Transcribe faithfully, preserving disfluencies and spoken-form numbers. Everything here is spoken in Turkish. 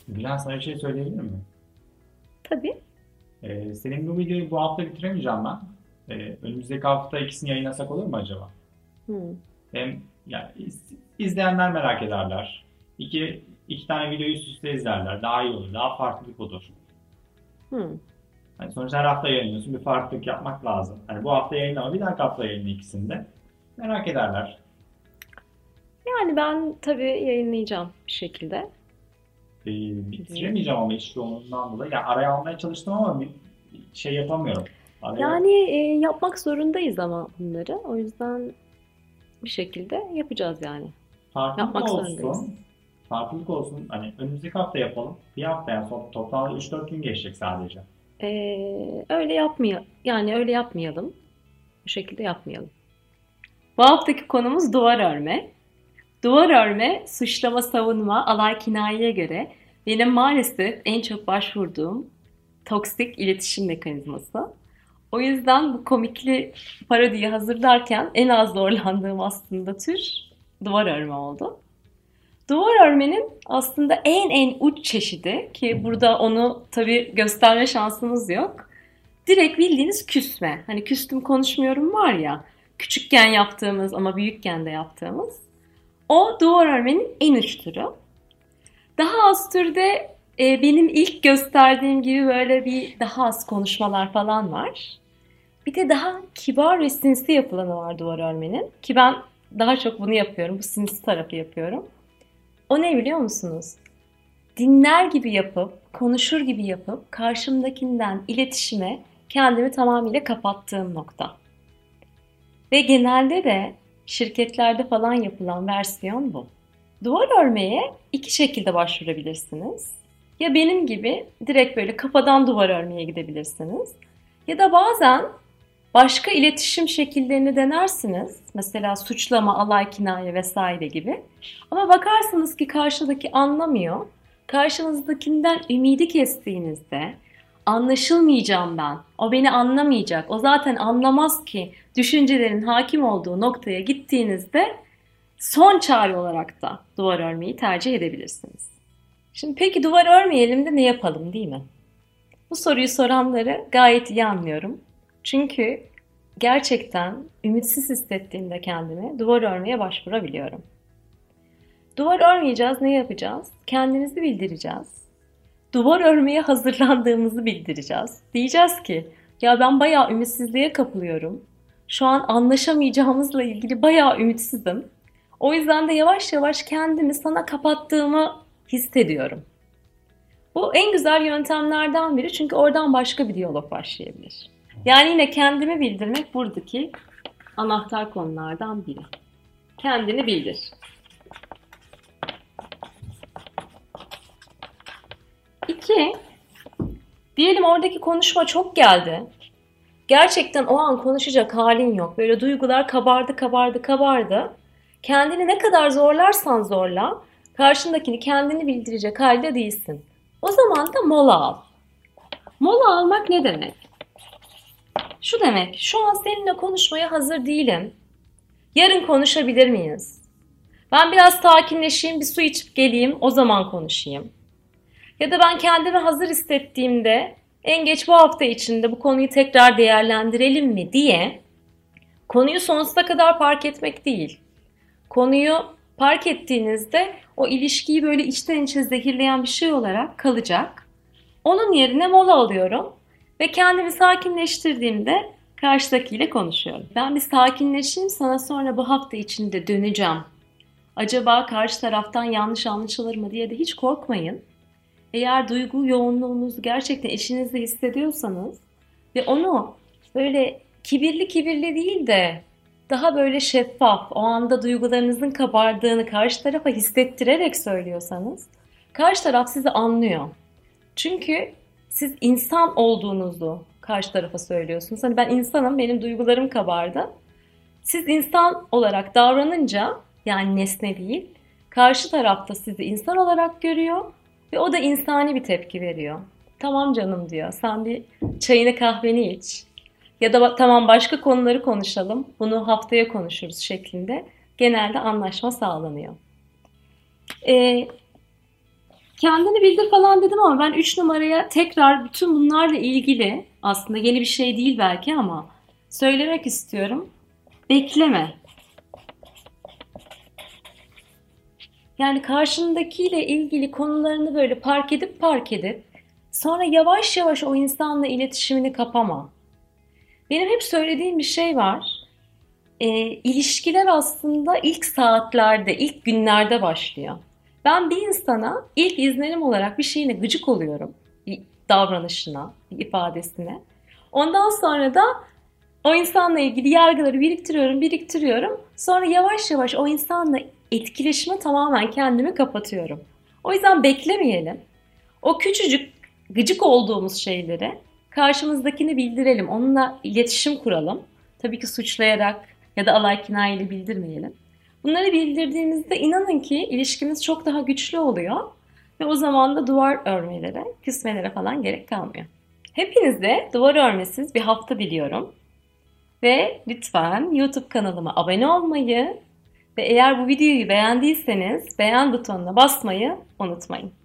Dilan sana bir şey söyleyebilir miyim? Tabii. Ee, senin bu videoyu bu hafta bitiremeyeceğim ben. Ee, önümüzdeki hafta ikisini yayınlasak olur mu acaba? Hmm. Hem yani iz- izleyenler merak ederler. İki, iki tane videoyu üst üste izlerler. Daha iyi olur. Daha farklılık olur. Hmm. Hani sonuçta her hafta yayınlıyorsun. Bir farklılık yapmak lazım. Hani bu hafta yayınlama, bir dahaki hafta yayınla ikisini de. Merak ederler. Yani ben tabii yayınlayacağım bir şekilde. Ee, Diyeyim. bitiremeyeceğim ama iş yoğunluğundan dolayı. Yani araya almaya çalıştım ama bir bir şey yapamıyorum. Araya Yani e, yapmak zorundayız ama bunları. O yüzden bir şekilde yapacağız yani. farklılık Yapmak zorundayız. olsun. Farklılık olsun. Hani önümüzdeki hafta yapalım. Bir hafta yani so- toplamda üç dört gün geçecek sadece. Ee, öyle yapmaya yani öyle yapmayalım. Bu şekilde yapmayalım. Bu haftaki konumuz duvar örme. Duvar örme, suçlama, savunma, alay kinayeye göre benim maalesef en çok başvurduğum toksik iletişim mekanizması. O yüzden bu komikli parodiyi hazırlarken en az zorlandığım aslında tür duvar örme oldu. Duvar örmenin aslında en en uç çeşidi ki burada onu tabii gösterme şansımız yok. Direkt bildiğiniz küsme. Hani küstüm konuşmuyorum var ya, küçükken yaptığımız ama büyükken de yaptığımız. O duvar örmenin en uç türü. Daha az türde e, benim ilk gösterdiğim gibi böyle bir daha az konuşmalar falan var. Bir de daha kibar ve sinsi yapılanı var duvar örmenin. Ki ben daha çok bunu yapıyorum. Bu sinsi tarafı yapıyorum. O ne biliyor musunuz? Dinler gibi yapıp, konuşur gibi yapıp karşımdakinden iletişime kendimi tamamıyla kapattığım nokta. Ve genelde de şirketlerde falan yapılan versiyon bu. Duvar örmeye iki şekilde başvurabilirsiniz. Ya benim gibi direkt böyle kafadan duvar örmeye gidebilirsiniz. Ya da bazen başka iletişim şekillerini denersiniz. Mesela suçlama, alay, kinaye vesaire gibi. Ama bakarsınız ki karşıdaki anlamıyor. Karşınızdakinden ümidi kestiğinizde anlaşılmayacağım ben. O beni anlamayacak. O zaten anlamaz ki. Düşüncelerin hakim olduğu noktaya gittiğinizde son çare olarak da duvar örmeyi tercih edebilirsiniz. Şimdi peki duvar örmeyelim de ne yapalım değil mi? Bu soruyu soranları gayet iyi anlıyorum. Çünkü gerçekten ümitsiz hissettiğimde kendimi duvar örmeye başvurabiliyorum. Duvar örmeyeceğiz, ne yapacağız? Kendimizi bildireceğiz. Duvar örmeye hazırlandığımızı bildireceğiz. Diyeceğiz ki ya ben bayağı ümitsizliğe kapılıyorum. Şu an anlaşamayacağımızla ilgili bayağı ümitsizim. O yüzden de yavaş yavaş kendimi sana kapattığımı hissediyorum. Bu en güzel yöntemlerden biri çünkü oradan başka bir diyalog başlayabilir. Yani yine kendimi bildirmek buradaki anahtar konulardan biri. Kendini bildir. İki, diyelim oradaki konuşma çok geldi. Gerçekten o an konuşacak halin yok. Böyle duygular kabardı, kabardı, kabardı. Kendini ne kadar zorlarsan zorla, karşındakini kendini bildirecek halde değilsin. O zaman da mola al. Mola almak ne demek? Şu demek, şu an seninle konuşmaya hazır değilim. Yarın konuşabilir miyiz? Ben biraz sakinleşeyim, bir su içip geleyim, o zaman konuşayım. Ya da ben kendimi hazır hissettiğimde en geç bu hafta içinde bu konuyu tekrar değerlendirelim mi diye konuyu sonsuza kadar park etmek değil. Konuyu park ettiğinizde o ilişkiyi böyle içten içe zehirleyen bir şey olarak kalacak. Onun yerine mola alıyorum ve kendimi sakinleştirdiğimde karşıdakiyle konuşuyorum. Ben bir sakinleşeyim, sana sonra bu hafta içinde döneceğim. Acaba karşı taraftan yanlış anlaşılır mı diye de hiç korkmayın. Eğer duygu yoğunluğunuzu gerçekten eşinizle hissediyorsanız ve onu böyle kibirli kibirli değil de daha böyle şeffaf, o anda duygularınızın kabardığını karşı tarafa hissettirerek söylüyorsanız karşı taraf sizi anlıyor. Çünkü siz insan olduğunuzu karşı tarafa söylüyorsunuz. Hani ben insanım, benim duygularım kabardı. Siz insan olarak davranınca, yani nesne değil, karşı tarafta sizi insan olarak görüyor ve o da insani bir tepki veriyor. Tamam canım diyor, sen bir çayını kahveni iç. Ya da tamam başka konuları konuşalım, bunu haftaya konuşuruz şeklinde genelde anlaşma sağlanıyor. Ee, kendini bildir falan dedim ama ben üç numaraya tekrar bütün bunlarla ilgili aslında yeni bir şey değil belki ama söylemek istiyorum. Bekleme. Yani karşındakiyle ilgili konularını böyle park edip park edip sonra yavaş yavaş o insanla iletişimini kapama. Benim hep söylediğim bir şey var. E, ilişkiler aslında ilk saatlerde, ilk günlerde başlıyor. Ben bir insana ilk izlenim olarak bir şeyine gıcık oluyorum. Bir davranışına, bir ifadesine. Ondan sonra da o insanla ilgili yargıları biriktiriyorum, biriktiriyorum. Sonra yavaş yavaş o insanla etkileşime tamamen kendimi kapatıyorum. O yüzden beklemeyelim. O küçücük gıcık olduğumuz şeyleri karşımızdakini bildirelim. Onunla iletişim kuralım. Tabii ki suçlayarak ya da alay kinayeyle bildirmeyelim. Bunları bildirdiğimizde inanın ki ilişkimiz çok daha güçlü oluyor. Ve o zaman da duvar örmelere, küsmelere falan gerek kalmıyor. Hepinize duvar örmesiz bir hafta diliyorum. Ve lütfen YouTube kanalıma abone olmayı ve eğer bu videoyu beğendiyseniz beğen butonuna basmayı unutmayın.